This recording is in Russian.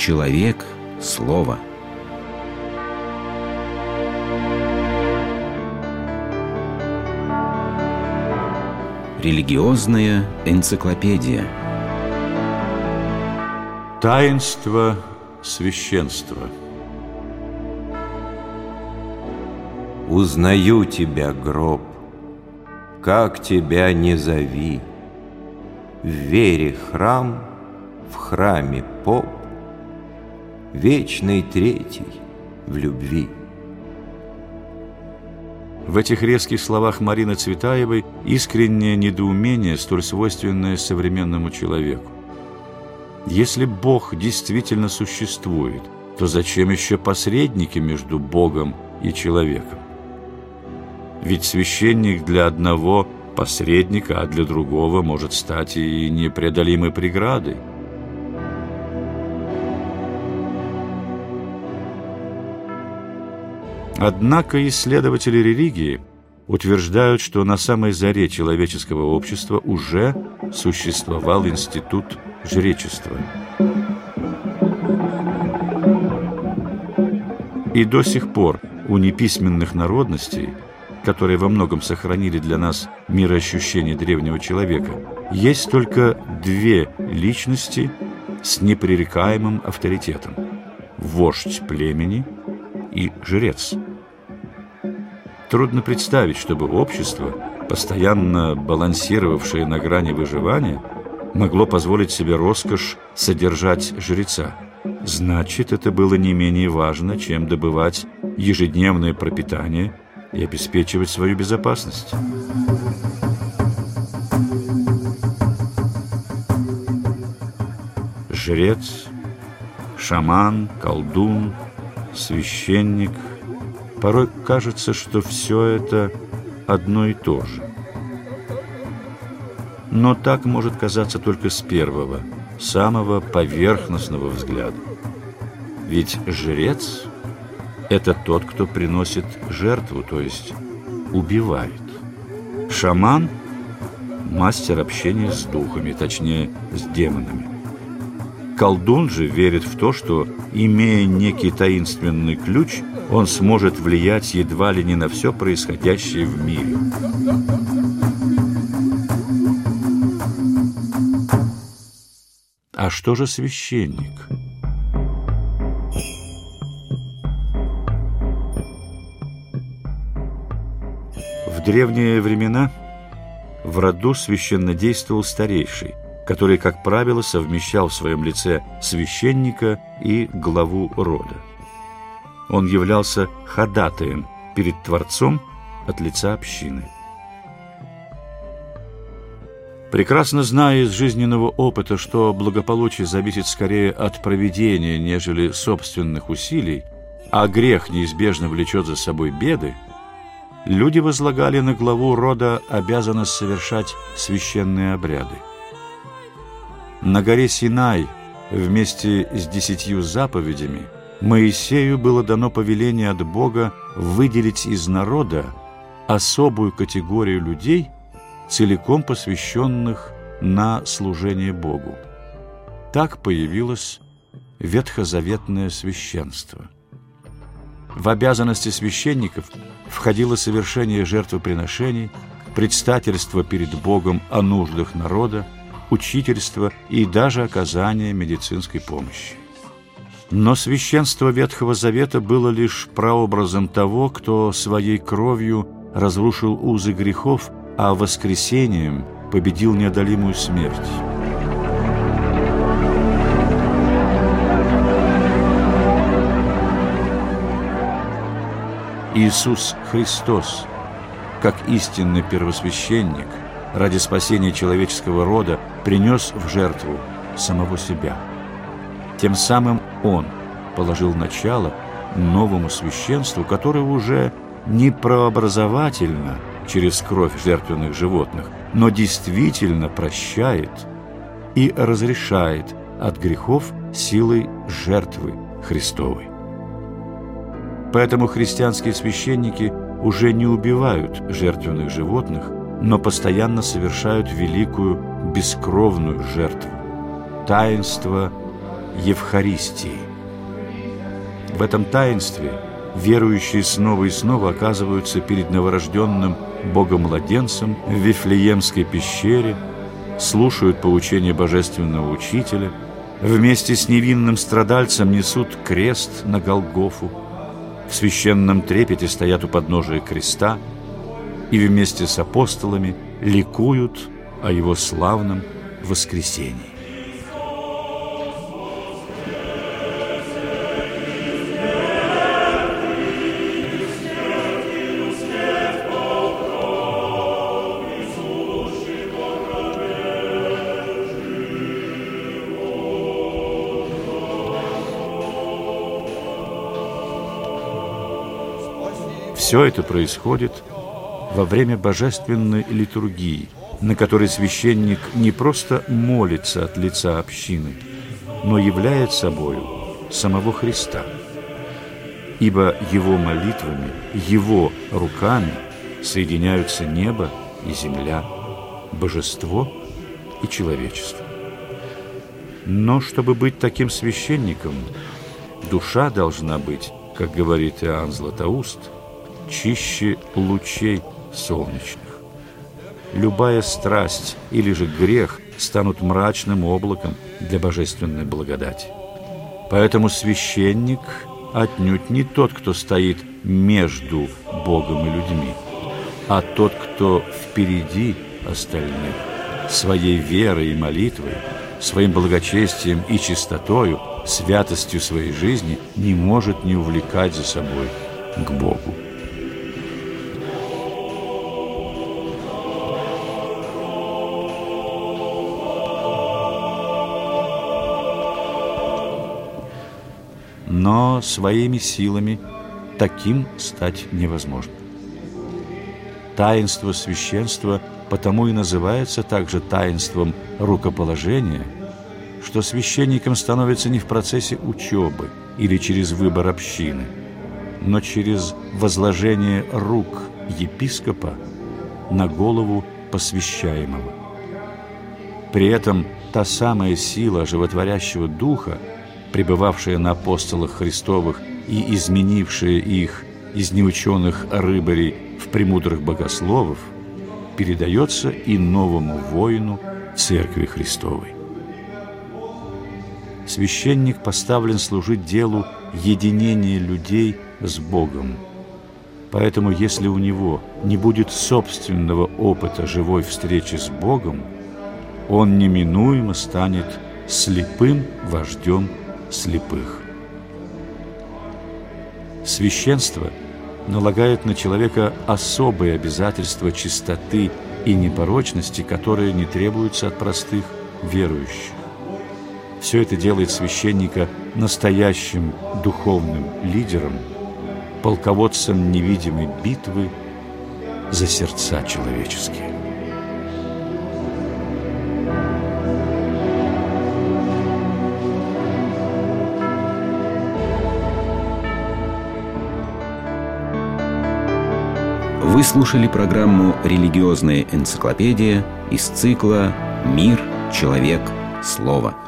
Человек – слово. Религиозная энциклопедия. Таинство священства. Узнаю тебя, гроб, как тебя не зови. В вере храм, в храме поп, вечный третий в любви. В этих резких словах Марины Цветаевой искреннее недоумение, столь свойственное современному человеку. Если Бог действительно существует, то зачем еще посредники между Богом и человеком? Ведь священник для одного посредника, а для другого может стать и непреодолимой преградой. Однако исследователи религии утверждают, что на самой заре человеческого общества уже существовал институт жречества. И до сих пор у неписьменных народностей, которые во многом сохранили для нас мироощущение древнего человека, есть только две личности с непререкаемым авторитетом – вождь племени и жрец. Трудно представить, чтобы общество, постоянно балансировавшее на грани выживания, могло позволить себе роскошь содержать жреца. Значит, это было не менее важно, чем добывать ежедневное пропитание и обеспечивать свою безопасность. Жрец, шаман, колдун, священник. Порой кажется, что все это одно и то же. Но так может казаться только с первого, самого поверхностного взгляда. Ведь жрец – это тот, кто приносит жертву, то есть убивает. Шаман – мастер общения с духами, точнее, с демонами. Колдун же верит в то, что, имея некий таинственный ключ, он сможет влиять едва ли не на все происходящее в мире. А что же священник? В древние времена в роду священнодействовал старейший, который, как правило, совмещал в своем лице священника и главу рода. Он являлся ходатаем перед Творцом от лица общины. Прекрасно зная из жизненного опыта, что благополучие зависит скорее от провидения, нежели собственных усилий, а грех неизбежно влечет за собой беды, люди возлагали на главу рода обязанность совершать священные обряды. На горе Синай вместе с 10 заповедями Моисею было дано повеление от Бога выделить из народа особую категорию людей, целиком посвященных на служение Богу. Так появилось ветхозаветное священство. В обязанности священников входило совершение жертвоприношений, предстательство перед Богом о нуждах народа, учительство и даже оказание медицинской помощи. Но священство Ветхого Завета было лишь прообразом того, кто своей кровью разрушил узы грехов, а воскресением победил неодолимую смерть. Иисус Христос, как истинный первосвященник, ради спасения человеческого рода принес в жертву самого себя. Тем самым Он положил начало новому священству, которое уже не прообразовательно через кровь жертвенных животных, но действительно прощает и разрешает от грехов силой жертвы Христовой. Поэтому христианские священники уже не убивают жертвенных животных, но постоянно совершают великую бескровную жертву – таинство Евхаристии. В этом таинстве верующие снова и снова оказываются перед новорожденным Богомладенцем в Вифлеемской пещере, слушают поучения Божественного Учителя, вместе с невинным страдальцем несут крест на Голгофу, в священном трепете стоят у подножия креста и вместе с апостолами ликуют о Его славном воскресении. Все это происходит во время божественной литургии, на которой священник не просто молится от лица общины, но являет собою самого Христа. Ибо Его молитвами, Его руками соединяются небо и земля, божество и человечество. Но чтобы быть таким священником, душа должна быть, как говорит Иоанн Златоуст, чище лучей солнечных. Любая страсть или же грех станут мрачным облаком для божественной благодати. Поэтому священник отнюдь не тот, кто стоит между Богом и людьми, а тот, кто впереди остальных, своей верой и молитвой, своим благочестием и чистотою, святостью своей жизни не может не увлекать за собой к Богу. Но своими силами таким стать невозможно. Таинство священства потому и называется также таинством рукоположения, что священником становится не в процессе учебы или через выбор общины, но через возложение рук епископа на голову посвящаемого. При этом та самая сила животворящего Духа, пребывавшая на апостолах Христовых и изменившая их из неученых рыбарей в премудрых богословов, передается и новому воину Церкви Христовой. Священник поставлен служить делу единения людей с Богом. Поэтому, если у него не будет собственного опыта живой встречи с Богом, он неминуемо станет слепым вождем слепых. Священство налагает на человека особые обязательства чистоты и непорочности, которые не требуются от простых верующих. Все это делает священника настоящим духовным лидером, полководцем невидимой битвы за сердца человеческие. Вы слушали программу «Религиозная энциклопедия» из цикла «Мир, человек, слово».